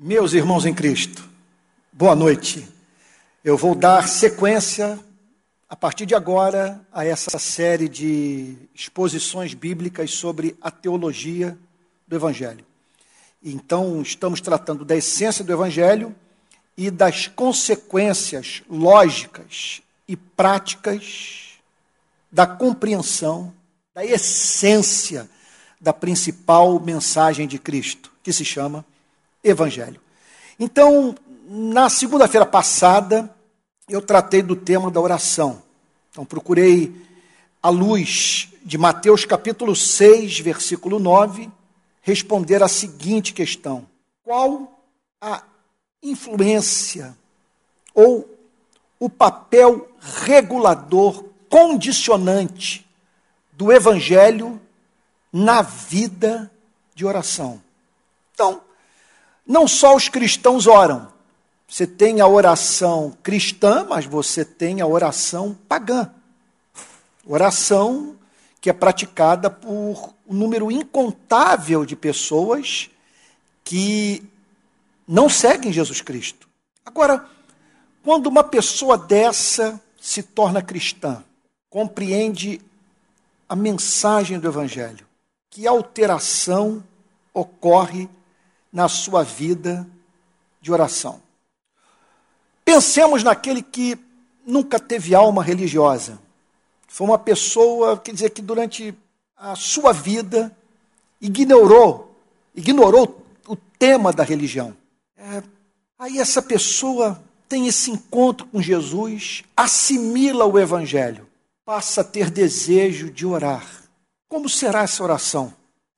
Meus irmãos em Cristo, boa noite. Eu vou dar sequência, a partir de agora, a essa série de exposições bíblicas sobre a teologia do Evangelho. Então, estamos tratando da essência do Evangelho e das consequências lógicas e práticas da compreensão da essência da principal mensagem de Cristo, que se chama Evangelho. Então, na segunda-feira passada, eu tratei do tema da oração. Então, procurei, à luz de Mateus capítulo 6, versículo 9, responder a seguinte questão: qual a influência ou o papel regulador, condicionante do Evangelho na vida de oração? Então, não só os cristãos oram. Você tem a oração cristã, mas você tem a oração pagã. Oração que é praticada por um número incontável de pessoas que não seguem Jesus Cristo. Agora, quando uma pessoa dessa se torna cristã, compreende a mensagem do Evangelho, que alteração ocorre na sua vida de oração. Pensemos naquele que nunca teve alma religiosa. Foi uma pessoa, quer dizer, que durante a sua vida ignorou o tema da religião. Aí essa pessoa tem esse encontro com Jesus, assimila o Evangelho, passa a ter desejo de orar. Como será essa oração?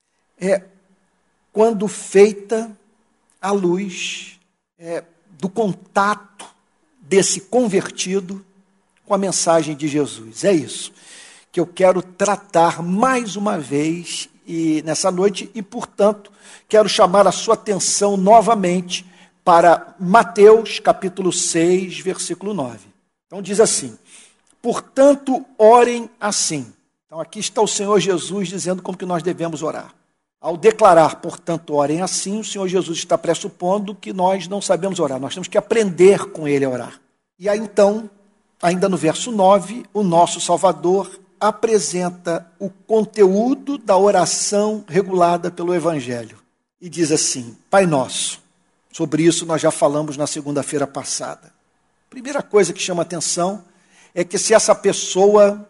Quando feita à luz do contato desse convertido com a mensagem de Jesus. É isso que eu quero tratar mais uma vez nessa noite e, portanto, quero chamar a sua atenção novamente para Mateus capítulo 6, versículo 9. Então diz assim: portanto, orem assim. Então aqui está o Senhor Jesus dizendo como que nós devemos orar. Ao declarar, portanto, orem assim, o Senhor Jesus está pressupondo que nós não sabemos orar. Nós temos que aprender com Ele a orar. E aí, então, ainda no verso 9, o nosso Salvador apresenta o conteúdo da oração regulada pelo Evangelho. E diz assim: Pai Nosso. Sobre isso nós já falamos na segunda-feira passada. Primeira coisa que chama atenção é que se essa pessoa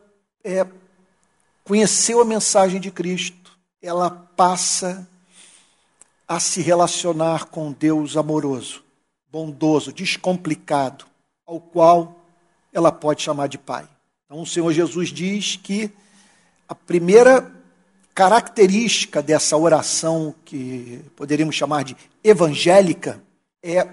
conheceu a mensagem de Cristo, ela passa a se relacionar com Deus amoroso, bondoso, descomplicado, ao qual ela pode chamar de Pai. Então o Senhor Jesus diz que a primeira característica dessa oração, que poderíamos chamar de evangélica, é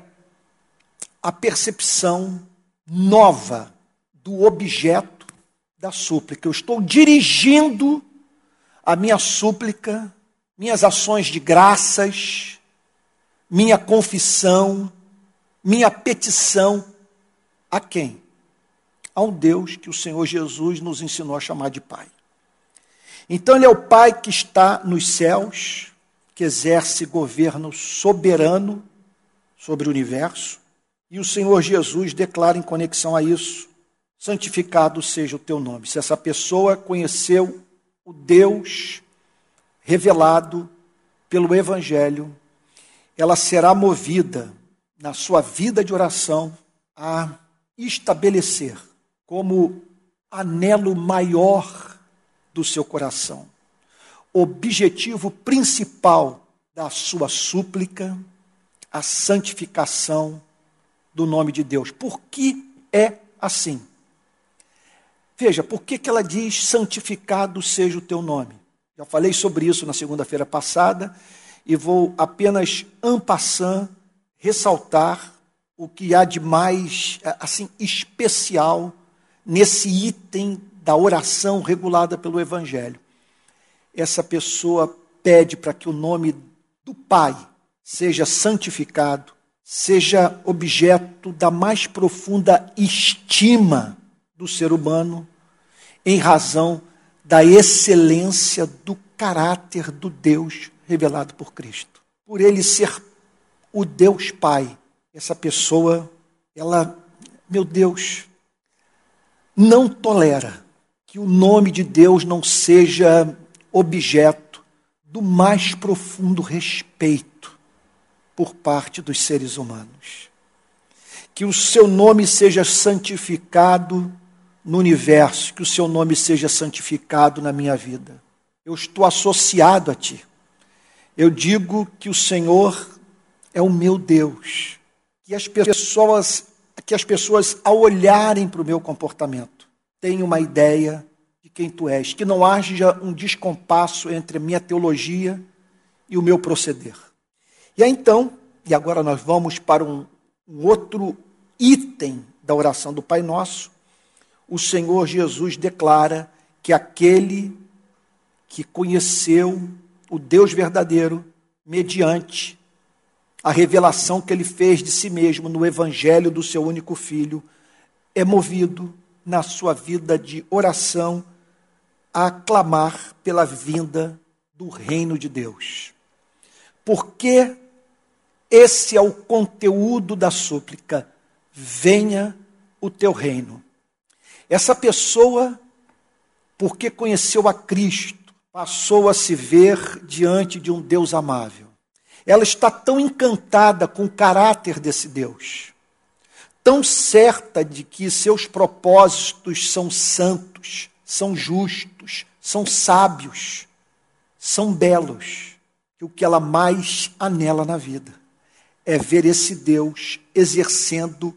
a percepção nova do objeto da súplica. Eu estou dirigindo a minha súplica, minhas ações de graças, minha confissão, minha petição, a quem? A um Deus que o Senhor Jesus nos ensinou a chamar de Pai. Então Ele é o Pai que está nos céus, que exerce governo soberano sobre o universo, e o Senhor Jesus declara em conexão a isso: santificado seja o teu nome. Se essa pessoa conheceu o Deus revelado pelo Evangelho, ela será movida na sua vida de oração a estabelecer como anelo maior do seu coração, objetivo principal da sua súplica, a santificação do nome de Deus. Por que é assim? Veja, por que ela diz santificado seja o teu nome? Já falei sobre isso na segunda-feira passada e vou apenas en passant ressaltar o que há de mais assim, especial nesse item da oração regulada pelo Evangelho. Essa pessoa pede para que o nome do Pai seja santificado, seja objeto da mais profunda estima do ser humano, em razão da excelência do caráter do Deus revelado por Cristo. Por ele ser o Deus Pai. Essa pessoa, ela, meu Deus, não tolera que o nome de Deus não seja objeto do mais profundo respeito por parte dos seres humanos. Que o seu nome seja santificado no universo, que o seu nome seja santificado na minha vida. Eu estou associado a ti. Eu digo que o Senhor é o meu Deus. Que as pessoas ao olharem para o meu comportamento, tenham uma ideia de quem tu és. Que não haja um descompasso entre a minha teologia e o meu proceder. E aí, então, e agora nós vamos para um outro item da oração do Pai Nosso. O Senhor Jesus declara que aquele que conheceu o Deus verdadeiro mediante a revelação que ele fez de si mesmo no Evangelho do seu único Filho, é movido na sua vida de oração a clamar pela vinda do reino de Deus. Porque esse é o conteúdo da súplica: venha o teu reino. Essa pessoa, porque conheceu a Cristo, passou a se ver diante de um Deus amável. Ela está tão encantada com o caráter desse Deus, tão certa de que seus propósitos são santos, são justos, são sábios, são belos, que o que ela mais anela na vida é ver esse Deus exercendo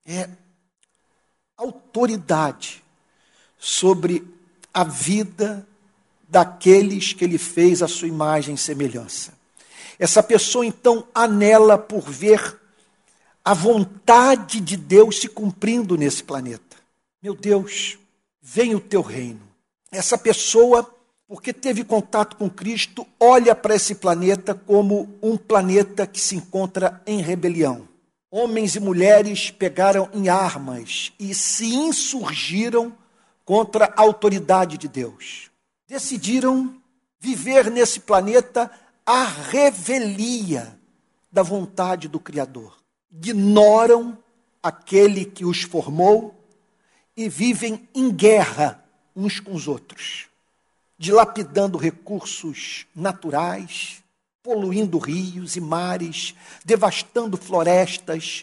autoridade sobre a vida daqueles que ele fez a sua imagem e semelhança. Essa pessoa, então, anela por ver a vontade de Deus se cumprindo nesse planeta. Meu Deus, venha o teu reino. Essa pessoa, porque teve contato com Cristo, olha para esse planeta como um planeta que se encontra em rebelião. Homens e mulheres pegaram em armas e se insurgiram contra a autoridade de Deus. Decidiram viver nesse planeta a revelia da vontade do Criador. Ignoram aquele que os formou e vivem em guerra uns com os outros, dilapidando recursos naturais, poluindo rios e mares, devastando florestas,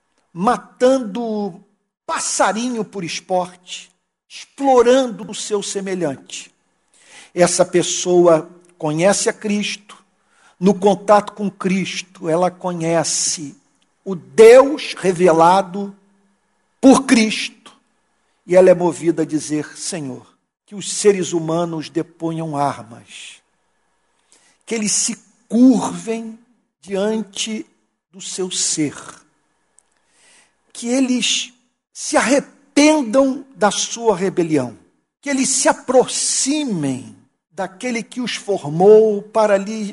matando passarinho por esporte, explorando o seu semelhante. Essa pessoa conhece a Cristo. No contato com Cristo, ela conhece o Deus revelado por Cristo. E ela é movida a dizer: Senhor, que os seres humanos deponham armas, que eles se curvem diante do seu ser, que eles se arrependam da sua rebelião, que eles se aproximem daquele que os formou para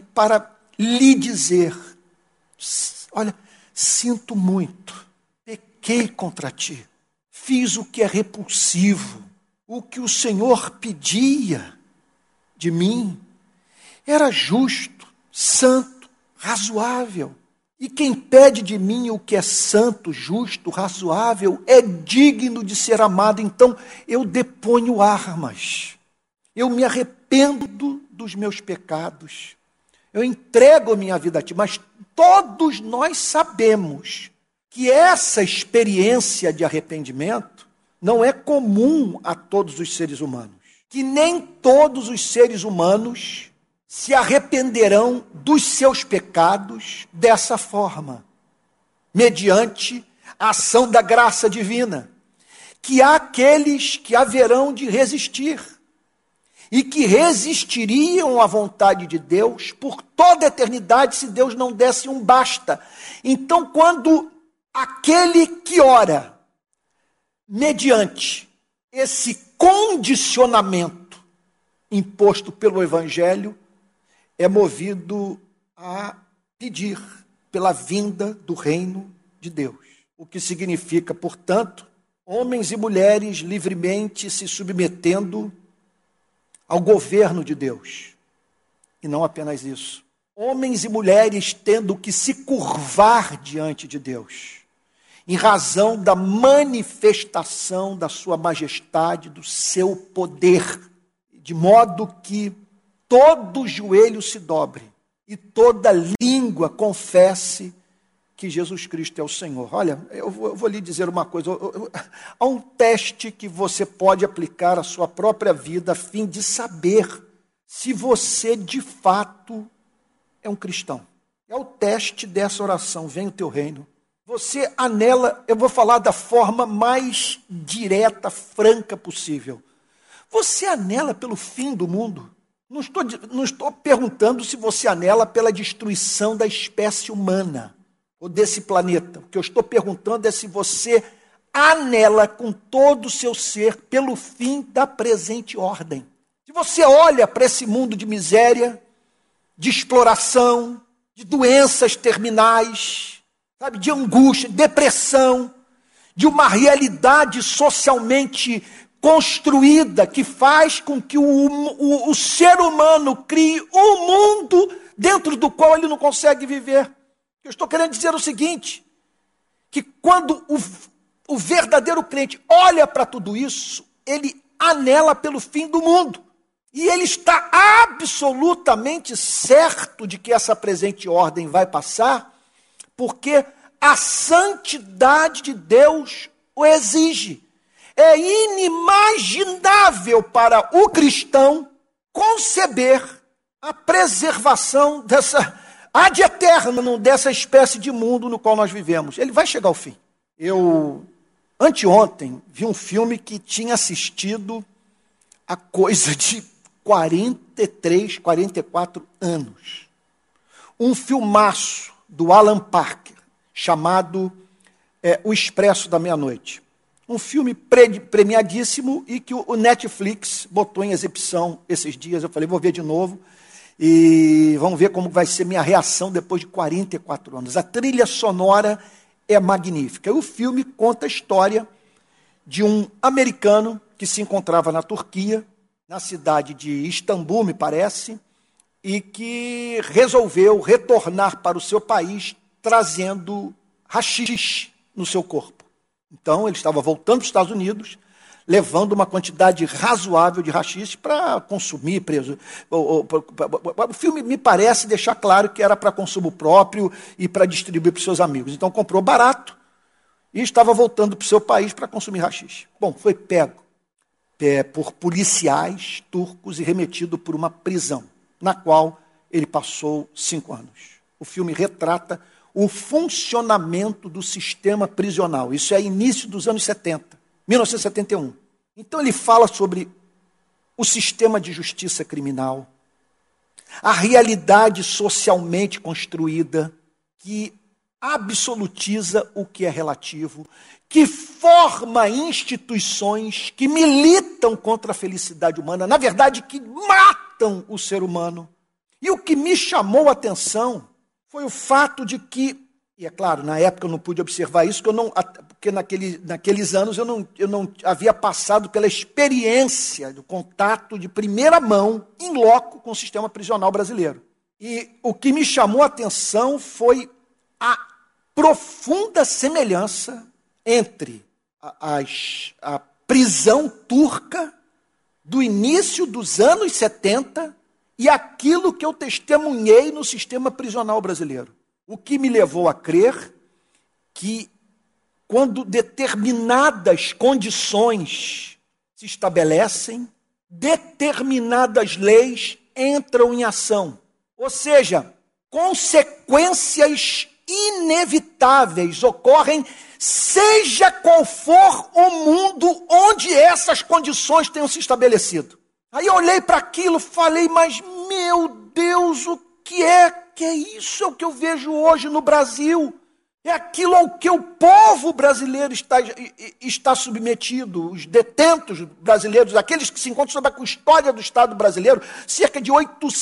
lhe dizer: olha, sinto muito, pequei contra ti, fiz o que é repulsivo, o que o Senhor pedia de mim era justo, santo, razoável. E quem pede de mim o que é santo, justo, razoável, é digno de ser amado. Então eu deponho armas, eu me arrependo dos meus pecados, eu entrego a minha vida a ti. Mas todos nós sabemos que essa experiência de arrependimento não é comum a todos os seres humanos, que nem todos os seres humanos se arrependerão dos seus pecados dessa forma, mediante a ação da graça divina, que há aqueles que haverão de resistir, e que resistiriam à vontade de Deus por toda a eternidade se Deus não desse um basta. Então, quando aquele que ora, mediante esse condicionamento imposto pelo Evangelho, é movido a pedir pela vinda do reino de Deus. O que significa, portanto, homens e mulheres livremente se submetendo ao governo de Deus. E não apenas isso, homens e mulheres tendo que se curvar diante de Deus, em razão da manifestação da sua majestade, do seu poder, de modo que todo joelho se dobre e toda língua confesse que Jesus Cristo é o Senhor. Olha, eu vou lhe dizer uma coisa, há um teste que você pode aplicar à sua própria vida a fim de saber se você de fato é um cristão. É o teste dessa oração, venha o teu reino. Você anela, eu vou falar da forma mais direta, franca possível. Você anela pelo fim do mundo? Não estou perguntando se você anela pela destruição da espécie humana ou desse planeta. O que eu estou perguntando é se você anela com todo o seu ser pelo fim da presente ordem. Se você olha para esse mundo de miséria, de exploração, de doenças terminais, sabe, de angústia, depressão, de uma realidade socialmente construída que faz com que o ser humano crie um mundo dentro do qual ele não consegue viver. Eu estou querendo dizer o seguinte, que quando o verdadeiro crente olha para tudo isso, ele anela pelo fim do mundo. E ele está absolutamente certo de que essa presente ordem vai passar, porque a santidade de Deus o exige. É inimaginável para o cristão conceber a preservação dessa ad eternum, dessa espécie de mundo no qual nós vivemos. Ele vai chegar ao fim. Eu, anteontem, vi um filme que tinha assistido há coisa de 43, 44 anos. Um filmaço do Alan Parker, chamado O Expresso da Meia-Noite. Um filme premiadíssimo e que o Netflix botou em exibição esses dias. Eu falei, vou ver de novo e vamos ver como vai ser minha reação depois de 44 anos. A trilha sonora é magnífica. E o filme conta a história de um americano que se encontrava na Turquia, na cidade de Istambul, me parece, e que resolveu retornar para o seu país trazendo haxixe no seu corpo. Então, ele estava voltando para os Estados Unidos, levando uma quantidade razoável de haxixe para consumir. O filme me parece deixar claro que era para consumo próprio e para distribuir para os seus amigos. Então, comprou barato e estava voltando para o seu país para consumir haxixe. Bom, foi pego por policiais turcos e remetido por uma prisão, na qual ele passou 5 anos. O filme retrata o funcionamento do sistema prisional. Isso é início dos anos 70, 1971. Então ele fala sobre o sistema de justiça criminal, a realidade socialmente construída que absolutiza o que é relativo, que forma instituições que militam contra a felicidade humana, na verdade, que matam o ser humano. E o que me chamou a atenção foi o fato de que, e é claro, na época eu não pude observar isso, porque naqueles anos eu não havia passado pela experiência do contato de primeira mão, in loco, com o sistema prisional brasileiro. E o que me chamou a atenção foi a profunda semelhança entre a prisão turca do início dos anos 70 e aquilo que eu testemunhei no sistema prisional brasileiro. O que me levou a crer que, quando determinadas condições se estabelecem, determinadas leis entram em ação. Ou seja, consequências inevitáveis ocorrem, seja qual for o mundo onde essas condições tenham se estabelecido. Aí eu olhei para aquilo e falei, mas meu Deus, o que é isso? É o que eu vejo hoje no Brasil. É aquilo ao que o povo brasileiro está submetido, os detentos brasileiros, aqueles que se encontram sob a custódia do Estado brasileiro, cerca de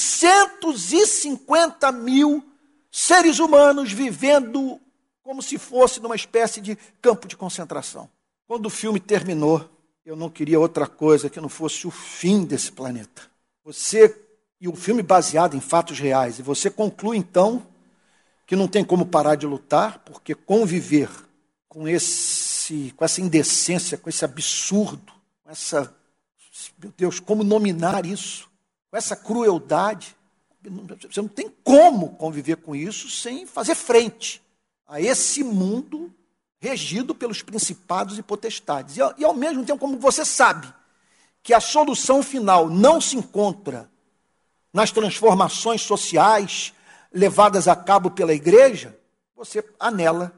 850 mil seres humanos vivendo como se fosse numa espécie de campo de concentração. Quando o filme terminou, eu não queria outra coisa que não fosse o fim desse planeta. Você E o filme baseado em fatos reais. E você conclui, então, que não tem como parar de lutar, porque conviver com essa indecência, com esse absurdo, com essa, meu Deus, como nominar isso? Com essa crueldade, você não tem como conviver com isso sem fazer frente a esse mundo regido pelos principados e potestades. E ao mesmo tempo, como você sabe que a solução final não se encontra nas transformações sociais levadas a cabo pela igreja, você anela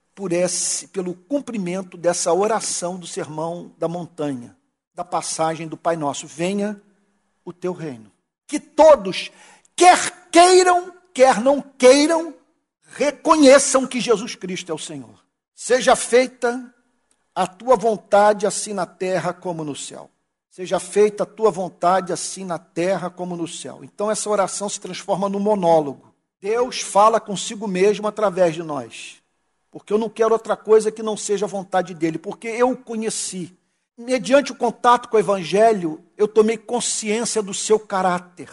pelo cumprimento dessa oração do Sermão da Montanha, da passagem do Pai Nosso: venha o teu reino. Que todos, quer queiram, quer não queiram, reconheçam que Jesus Cristo é o Senhor. Seja feita a tua vontade, assim na terra como no céu. Seja feita a tua vontade, assim na terra como no céu. Então essa oração se transforma num monólogo. Deus fala consigo mesmo através de nós. Porque eu não quero outra coisa que não seja a vontade dele. Porque eu o conheci. Mediante o contato com o Evangelho, eu tomei consciência do seu caráter.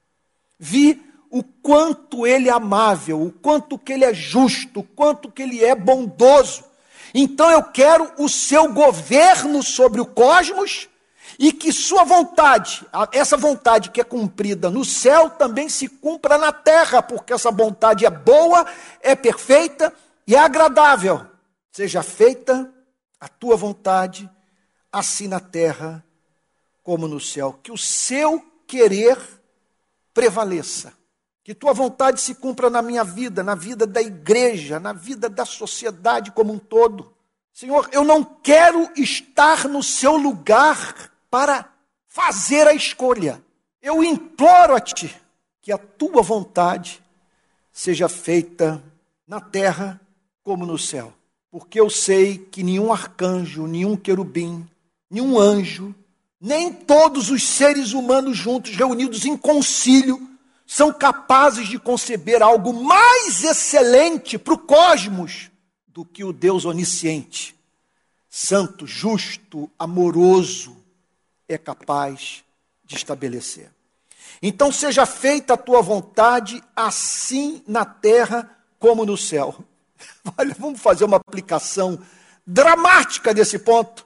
Vi o quanto ele é amável, o quanto que ele é justo, o quanto que ele é bondoso. Então eu quero o seu governo sobre o cosmos e que sua vontade, essa vontade que é cumprida no céu, também se cumpra na terra, porque essa vontade é boa, é perfeita e é agradável. Seja feita a tua vontade, assim na terra como no céu. Que o seu querer prevaleça. Que tua vontade se cumpra na minha vida, na vida da igreja, na vida da sociedade como um todo. Senhor, eu não quero estar no seu lugar para fazer a escolha. Eu imploro a ti que a tua vontade seja feita na terra como no céu. Porque eu sei que nenhum arcanjo, nenhum querubim, nenhum anjo, nem todos os seres humanos juntos, reunidos em concílio, são capazes de conceber algo mais excelente para o cosmos do que o Deus onisciente, santo, justo, amoroso, é capaz de estabelecer. Então seja feita a tua vontade, assim na terra como no céu. Olha, vamos fazer uma aplicação dramática desse ponto.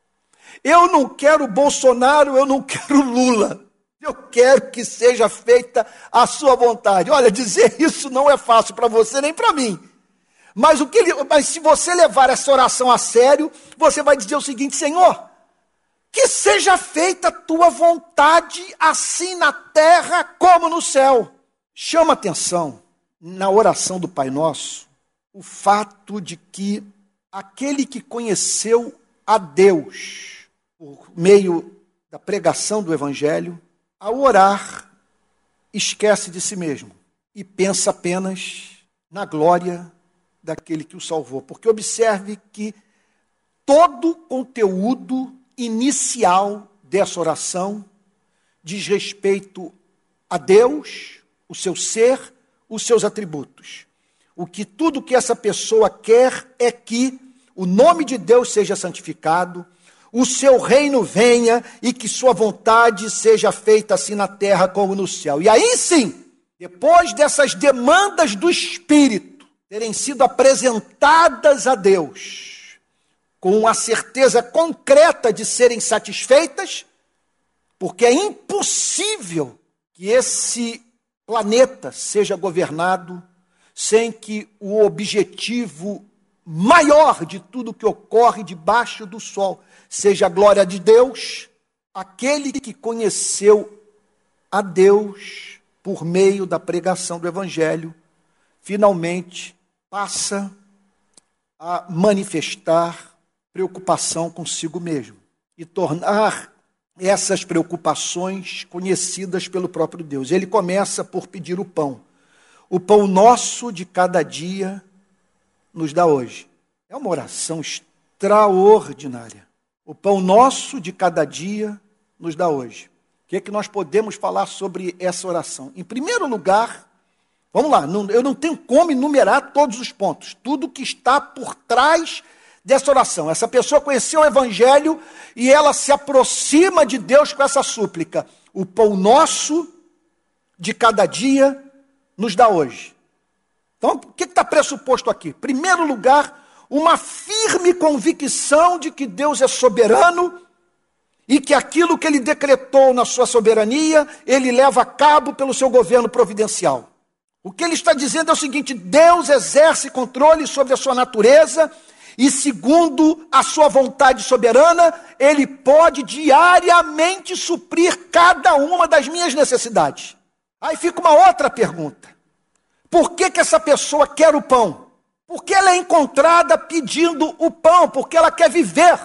Eu não quero Bolsonaro, eu não quero Lula. Eu quero que seja feita a sua vontade. Olha, dizer isso não é fácil para você nem para mim. Mas se você levar essa oração a sério, você vai dizer o seguinte: Senhor, que seja feita a tua vontade, assim na terra como no céu. Chama atenção, na oração do Pai Nosso, o fato de que aquele que conheceu a Deus por meio da pregação do Evangelho, ao orar, esquece de si mesmo e pensa apenas na glória daquele que o salvou. Porque observe que todo o conteúdo inicial dessa oração diz respeito a Deus, o seu ser, os seus atributos. Tudo que essa pessoa quer é que o nome de Deus seja santificado, o seu reino venha e que sua vontade seja feita assim na terra como no céu. E aí sim, depois dessas demandas do Espírito terem sido apresentadas a Deus, com a certeza concreta de serem satisfeitas, porque é impossível que esse planeta seja governado sem que o objetivo maior de tudo que ocorre debaixo do sol seja a glória de Deus. Aquele que conheceu a Deus por meio da pregação do Evangelho, finalmente passa a manifestar preocupação consigo mesmo e tornar essas preocupações conhecidas pelo próprio Deus. Ele começa por pedir o pão. O pão nosso de cada dia nos dá hoje. É uma oração extraordinária. O pão nosso de cada dia nos dá hoje. O que é que nós podemos falar sobre essa oração? Em primeiro lugar, vamos lá, eu não tenho como enumerar todos os pontos, tudo que está por trás dessa oração. Essa pessoa conheceu o Evangelho e ela se aproxima de Deus com essa súplica. O pão nosso de cada dia nos dá hoje. Então, o que está pressuposto aqui? Em primeiro lugar, uma firme convicção de que Deus é soberano e que aquilo que Ele decretou na sua soberania, Ele leva a cabo pelo seu governo providencial. O que Ele está dizendo é o seguinte: Deus exerce controle sobre a sua natureza e, segundo a sua vontade soberana, Ele pode diariamente suprir cada uma das minhas necessidades. Aí fica uma outra pergunta. Por que essa pessoa quer o pão? Porque ela é encontrada pedindo o pão, porque ela quer viver.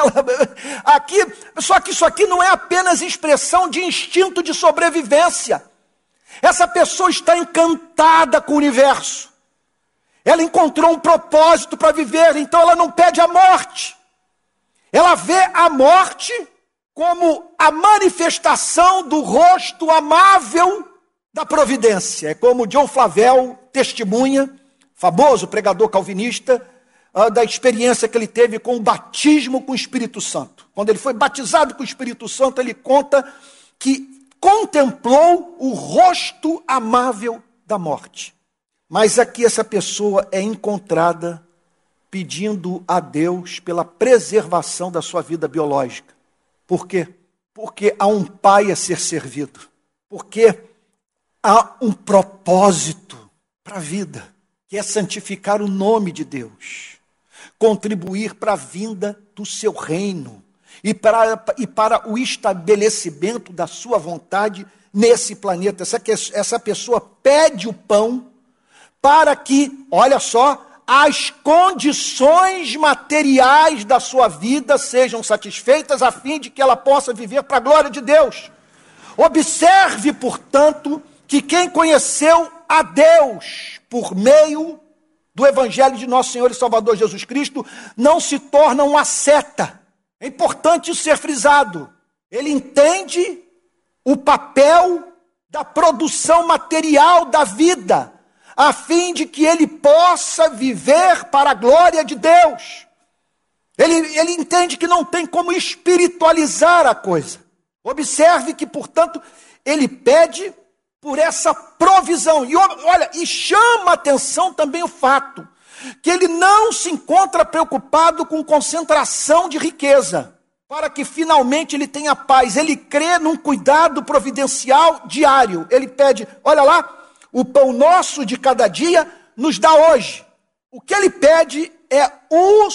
Só que isso aqui não é apenas expressão de instinto de sobrevivência. Essa pessoa está encantada com o universo. Ela encontrou um propósito para viver, então ela não pede a morte. Ela vê a morte como a manifestação do rosto amável da providência. É como John Flavel testemunha, famoso pregador calvinista, da experiência que ele teve com o batismo com o Espírito Santo. Quando ele foi batizado com o Espírito Santo, ele conta que contemplou o rosto amável da morte. Mas aqui essa pessoa é encontrada pedindo a Deus pela preservação da sua vida biológica. Por quê? Porque há um pai a ser servido. Porque há um propósito para a vida, que é santificar o nome de Deus, contribuir para a vinda do seu reino e para o estabelecimento da sua vontade nesse planeta. Essa pessoa pede o pão para que, olha só, as condições materiais da sua vida sejam satisfeitas a fim de que ela possa viver para a glória de Deus. Observe, portanto, que quem conheceu a Deus por meio do Evangelho de nosso Senhor e Salvador Jesus Cristo não se torna um asceta. É importante isso ser frisado. Ele entende o papel da produção material da vida, a fim de que ele possa viver para a glória de Deus. Ele entende que não tem como espiritualizar a coisa. Observe que, portanto, ele pede por essa provisão. E olha, e chama a atenção também o fato que ele não se encontra preocupado com concentração de riqueza, para que finalmente ele tenha paz. Ele crê num cuidado providencial diário. Ele pede, olha lá, o pão nosso de cada dia nos dá hoje. O que ele pede é o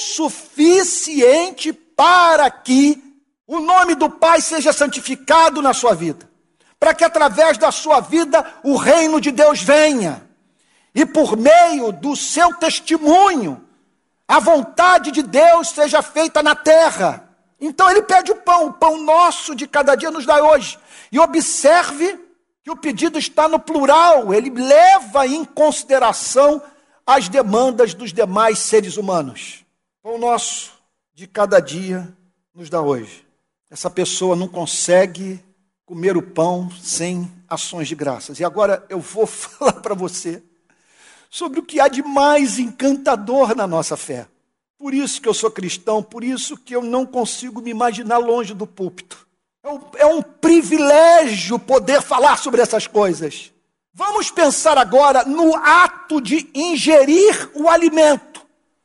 suficiente para que o nome do Pai seja santificado na sua vida, para que através da sua vida o reino de Deus venha, e por meio do seu testemunho, a vontade de Deus seja feita na terra. Então ele pede o pão nosso de cada dia nos dá hoje. E observe que o pedido está no plural, ele leva em consideração as demandas dos demais seres humanos. Pão nosso de cada dia nos dá hoje. Essa pessoa não consegue comer o pão sem ações de graças. E agora eu vou falar para você sobre o que há de mais encantador na nossa fé. Por isso que eu sou cristão, por isso que eu não consigo me imaginar longe do púlpito. É um privilégio poder falar sobre essas coisas. Vamos pensar agora no ato de ingerir o alimento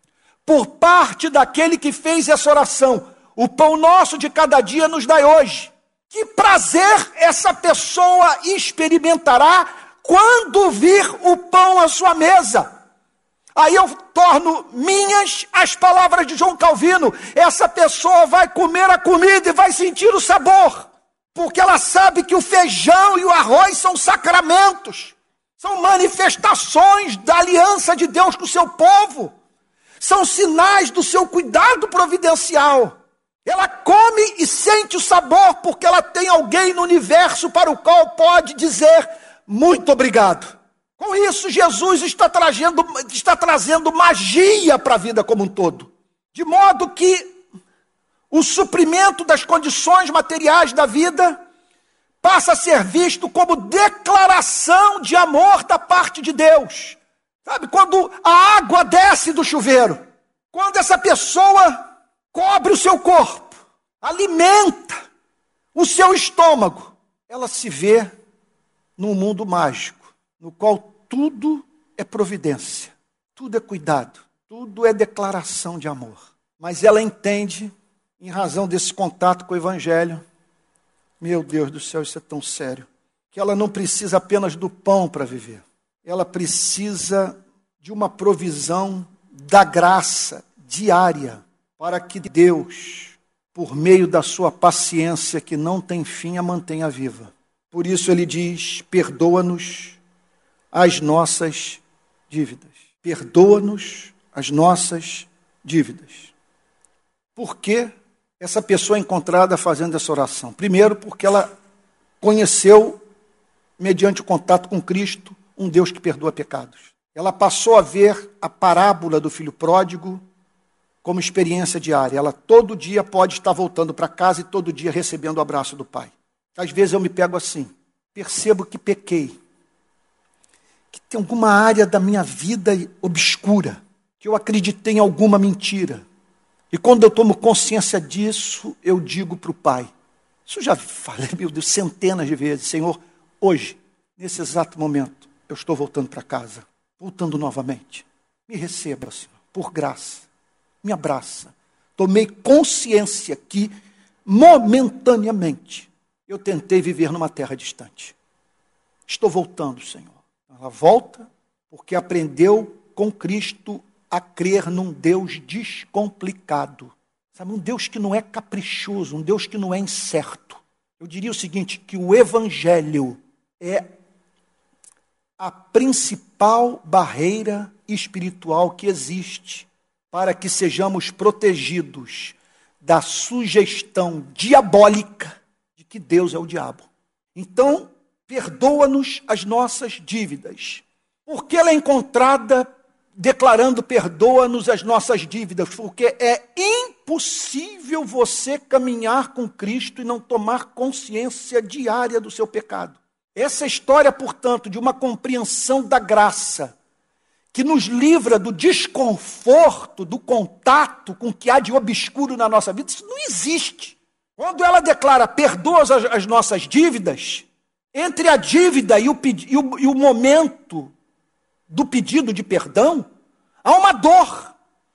por parte daquele que fez essa oração. O pão nosso de cada dia nos dai hoje. Que prazer essa pessoa experimentará quando vir o pão à sua mesa. Aí eu torno minhas as palavras de João Calvino. Essa pessoa vai comer a comida e vai sentir o sabor, porque ela sabe que o feijão e o arroz são sacramentos, são manifestações da aliança de Deus com o seu povo, são sinais do seu cuidado providencial. Ela come e sente o sabor porque ela tem alguém no universo para o qual pode dizer muito obrigado. Com isso, Jesus está trazendo magia para a vida como um todo. De modo que o suprimento das condições materiais da vida passa a ser visto como declaração de amor da parte de Deus. Sabe, quando a água desce do chuveiro, quando essa pessoa cobre o seu corpo, alimenta o seu estômago, ela se vê num mundo mágico, no qual tudo é providência, tudo é cuidado, tudo é declaração de amor. Mas ela entende, em razão desse contato com o Evangelho, meu Deus do céu, isso é tão sério, que ela não precisa apenas do pão para viver. Ela precisa de uma provisão da graça diária, para que Deus, por meio da sua paciência que não tem fim, a mantenha viva. Por isso ele diz, perdoa-nos as nossas dívidas. Perdoa-nos as nossas dívidas. Por que essa pessoa é encontrada fazendo essa oração? Primeiro, porque ela conheceu, mediante o contato com Cristo, um Deus que perdoa pecados. Ela passou a ver a parábola do filho pródigo como experiência diária. Ela todo dia pode estar voltando para casa e todo dia recebendo o abraço do pai. Às vezes eu me pego assim, percebo que pequei, que tem alguma área da minha vida obscura, que eu acreditei em alguma mentira. E quando eu tomo consciência disso, eu digo para o pai, isso eu já falei, meu Deus, centenas de vezes, Senhor, hoje, nesse exato momento, eu estou voltando para casa, voltando novamente. Me receba, Senhor, por graça, me abraça. Tomei consciência que, momentaneamente, eu tentei viver numa terra distante. Estou voltando, Senhor. Ela volta porque aprendeu com Cristo a crer num Deus descomplicado. Sabe, um Deus que não é caprichoso, um Deus que não é incerto. Eu diria o seguinte, que o Evangelho é a principal barreira espiritual que existe para que sejamos protegidos da sugestão diabólica de que Deus é o diabo. Então, perdoa-nos as nossas dívidas. Porque ela é encontrada declarando perdoa-nos as nossas dívidas? Porque é impossível você caminhar com Cristo e não tomar consciência diária do seu pecado. Essa história, portanto, de uma compreensão da graça, que nos livra do desconforto, do contato com o que há de obscuro na nossa vida, isso não existe. Quando ela declara perdoa as nossas dívidas, entre a dívida e o momento do pedido de perdão, há uma dor.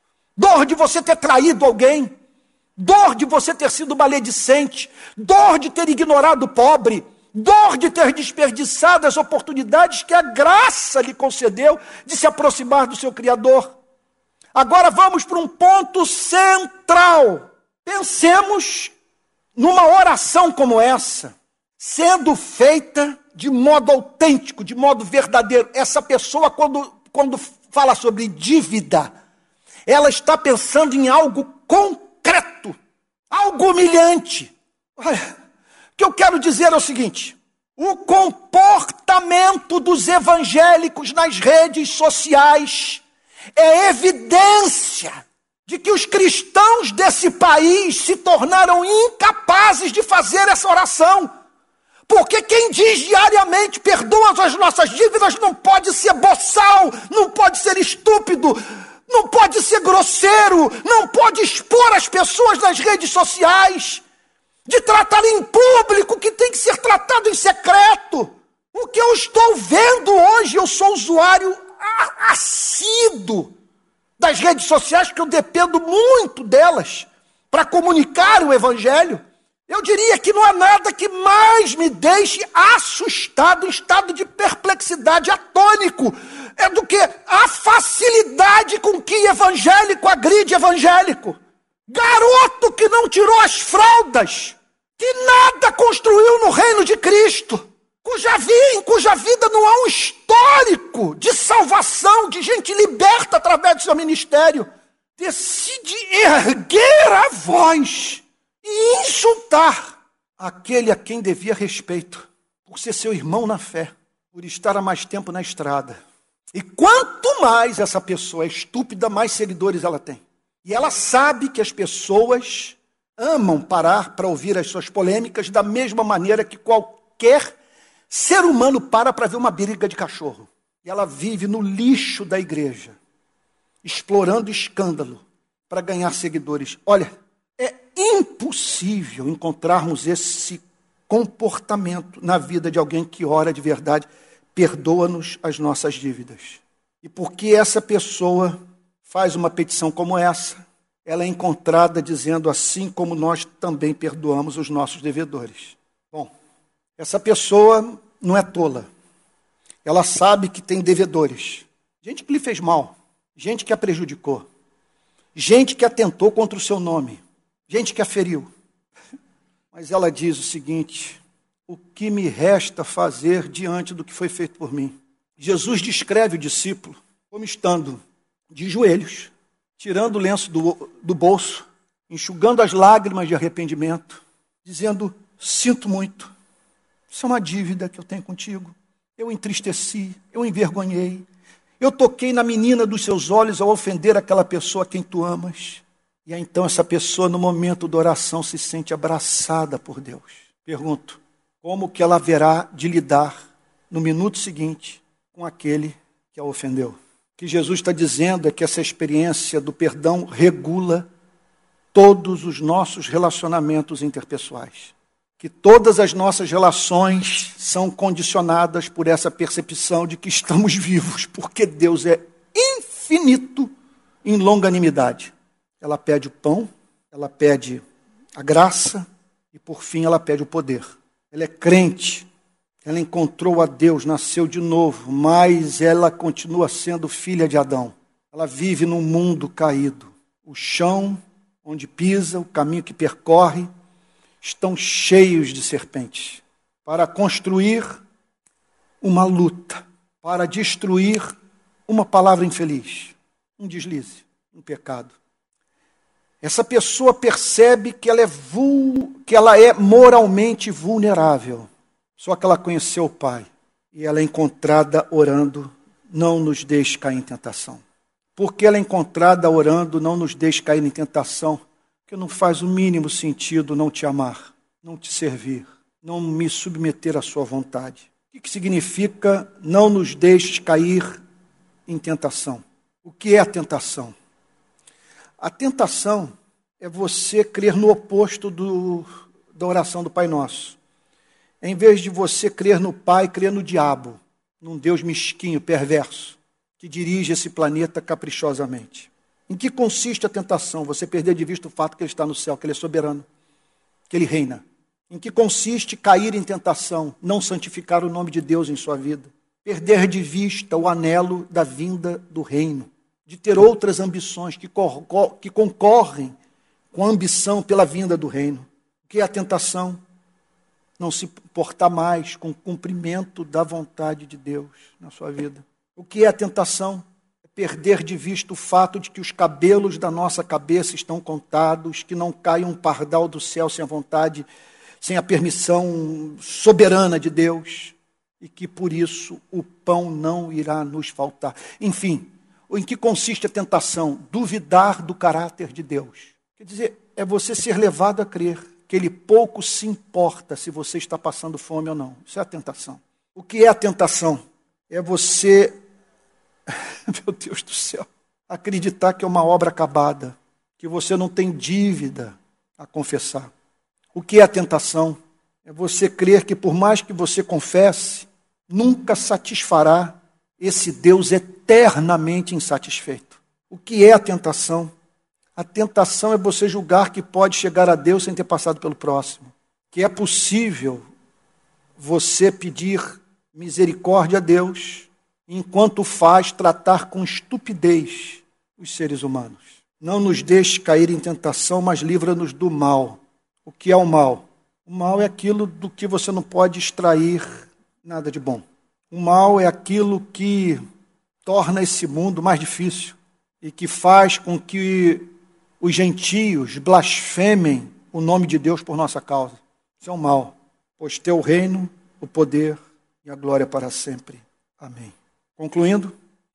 Dor de você ter traído alguém, dor de você ter sido maledicente, dor de ter ignorado o pobre, dor de ter desperdiçado as oportunidades que a graça lhe concedeu de se aproximar do seu Criador. Agora vamos para um ponto central. Pensemos numa oração como essa, sendo feita de modo autêntico, de modo verdadeiro. Essa pessoa, quando fala sobre dívida, ela está pensando em algo concreto, algo humilhante. Olha, o que eu quero dizer é o seguinte, o comportamento dos evangélicos nas redes sociais é evidência de que os cristãos desse país se tornaram incapazes de fazer essa oração. Porque quem diz diariamente, perdoa as nossas dívidas, não pode ser boçal, não pode ser estúpido, não pode ser grosseiro, não pode expor as pessoas nas redes sociais, de tratar em público, que tem que ser tratado em secreto. O que eu estou vendo hoje, eu sou usuário assíduo das redes sociais, porque eu dependo muito delas para comunicar o Evangelho. Eu diria que não há nada que mais me deixe assustado, em estado de perplexidade, atônico, do que a facilidade com que evangélico agride evangélico. Garoto que não tirou as fraldas, que nada construiu no reino de Cristo, em cuja vida não há um histórico de salvação, de gente liberta através do seu ministério, decide erguer a voz e insultar aquele a quem devia respeito, por ser seu irmão na fé, por estar há mais tempo na estrada. E quanto mais essa pessoa é estúpida, mais seguidores ela tem. E ela sabe que as pessoas amam parar para ouvir as suas polêmicas da mesma maneira que qualquer ser humano para ver uma briga de cachorro. E ela vive no lixo da igreja, explorando escândalo para ganhar seguidores. Olha, é impossível encontrarmos esse comportamento na vida de alguém que ora de verdade: perdoa-nos as nossas dívidas. E porque essa pessoa faz uma petição como essa, ela é encontrada dizendo: assim como nós também perdoamos os nossos devedores. Bom, essa pessoa não é tola. Ela sabe que tem devedores. Gente que lhe fez mal, gente que a prejudicou, gente que atentou contra o seu nome, gente que a feriu. Mas ela diz o seguinte: o que me resta fazer diante do que foi feito por mim? Jesus descreve o discípulo como estando de joelhos, tirando o lenço do bolso, enxugando as lágrimas de arrependimento, dizendo: sinto muito, isso é uma dívida que eu tenho contigo. Eu entristeci, eu envergonhei, eu toquei na menina dos seus olhos ao ofender aquela pessoa a quem tu amas. E aí, então, essa pessoa, no momento da oração, se sente abraçada por Deus. Pergunto: como que ela haverá de lidar no minuto seguinte com aquele que a ofendeu? O que Jesus está dizendo é que essa experiência do perdão regula todos os nossos relacionamentos interpessoais. Que todas as nossas relações são condicionadas por essa percepção de que estamos vivos, porque Deus é infinito em longanimidade. Ela pede o pão, ela pede a graça e, por fim, ela pede o poder. Ela é crente, ela encontrou a Deus, nasceu de novo, mas ela continua sendo filha de Adão. Ela vive num mundo caído. O chão onde pisa, o caminho que percorre, estão cheios de serpentes. Para construir uma luta, para destruir uma palavra infeliz, um deslize, um pecado. Essa pessoa percebe que ela é moralmente vulnerável. Só que ela conheceu o Pai. E ela é encontrada orando: não nos deixe cair em tentação. Porque ela é encontrada orando: não nos deixe cair em tentação. Porque não faz o mínimo sentido não te amar, não te servir, não me submeter à sua vontade. O que significa não nos deixes cair em tentação? O que é a tentação? A tentação é você crer no oposto da oração do Pai Nosso. Em vez de você crer no Pai, crer no diabo, num Deus mesquinho, perverso, que dirige esse planeta caprichosamente. Em que consiste a tentação? Você perder de vista o fato que Ele está no céu, que Ele é soberano, que Ele reina. Em que consiste cair em tentação? Não santificar o nome de Deus em sua vida. Perder de vista o anelo da vinda do reino. De ter outras ambições que concorrem com a ambição pela vinda do reino. O que é a tentação? Não se importar mais com o cumprimento da vontade de Deus na sua vida. O que é a tentação? É perder de vista o fato de que os cabelos da nossa cabeça estão contados, que não cai um pardal do céu sem a vontade, sem a permissão soberana de Deus, e que por isso o pão não irá nos faltar. Enfim, em que consiste a tentação? Duvidar do caráter de Deus. Quer dizer, é você ser levado a crer que Ele pouco se importa se você está passando fome ou não. Isso é a tentação. O que é a tentação? É você, meu Deus do céu, acreditar que é uma obra acabada, que você não tem dívida a confessar. O que é a tentação? É você crer que por mais que você confesse, nunca satisfará esse Deus eternamente insatisfeito. O que é a tentação? A tentação é você julgar que pode chegar a Deus sem ter passado pelo próximo. Que é possível você pedir misericórdia a Deus, enquanto faz tratar com estupidez os seres humanos. Não nos deixe cair em tentação, mas livra-nos do mal. O que é o mal? O mal é aquilo do que você não pode extrair nada de bom. O mal é aquilo que torna esse mundo mais difícil e que faz com que os gentios blasfemem o nome de Deus por nossa causa. Isso é um mal, pois teu reino, o poder e a glória para sempre. Amém. Concluindo,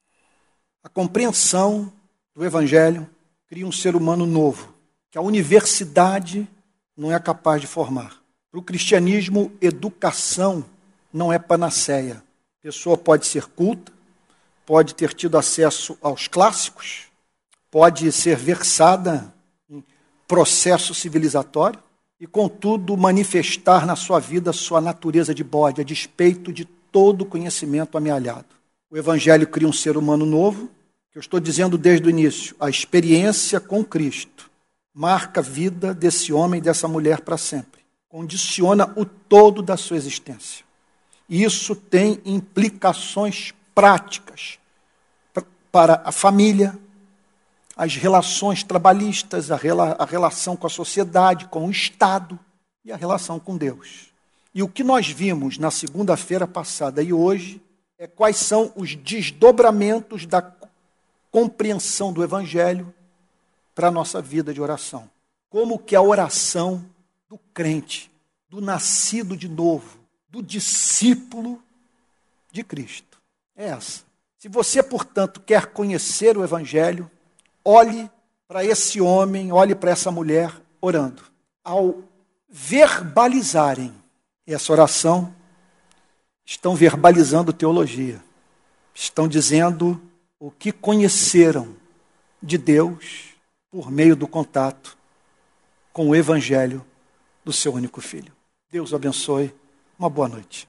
a compreensão do Evangelho cria um ser humano novo, que a universidade não é capaz de formar. Para o cristianismo, educação não é panaceia. A pessoa pode ser culta, pode ter tido acesso aos clássicos, pode ser versada em processo civilizatório, e, contudo, manifestar na sua vida sua natureza de bode, a despeito de todo conhecimento amealhado. O Evangelho cria um ser humano novo, que eu estou dizendo desde o início, a experiência com Cristo marca a vida desse homem e dessa mulher para sempre. Condiciona o todo da sua existência. E isso tem implicações práticas para a família, as relações trabalhistas, a relação com a sociedade, com o Estado e a relação com Deus. E o que nós vimos na segunda-feira passada e hoje é quais são os desdobramentos da compreensão do Evangelho para a nossa vida de oração. Como que a oração do crente, do nascido de novo, do discípulo de Cristo é essa. Se você, portanto, quer conhecer o Evangelho, olhe para esse homem, olhe para essa mulher orando. Ao verbalizarem essa oração, estão verbalizando teologia. Estão dizendo o que conheceram de Deus por meio do contato com o Evangelho do seu único Filho. Deus o abençoe. Uma boa noite.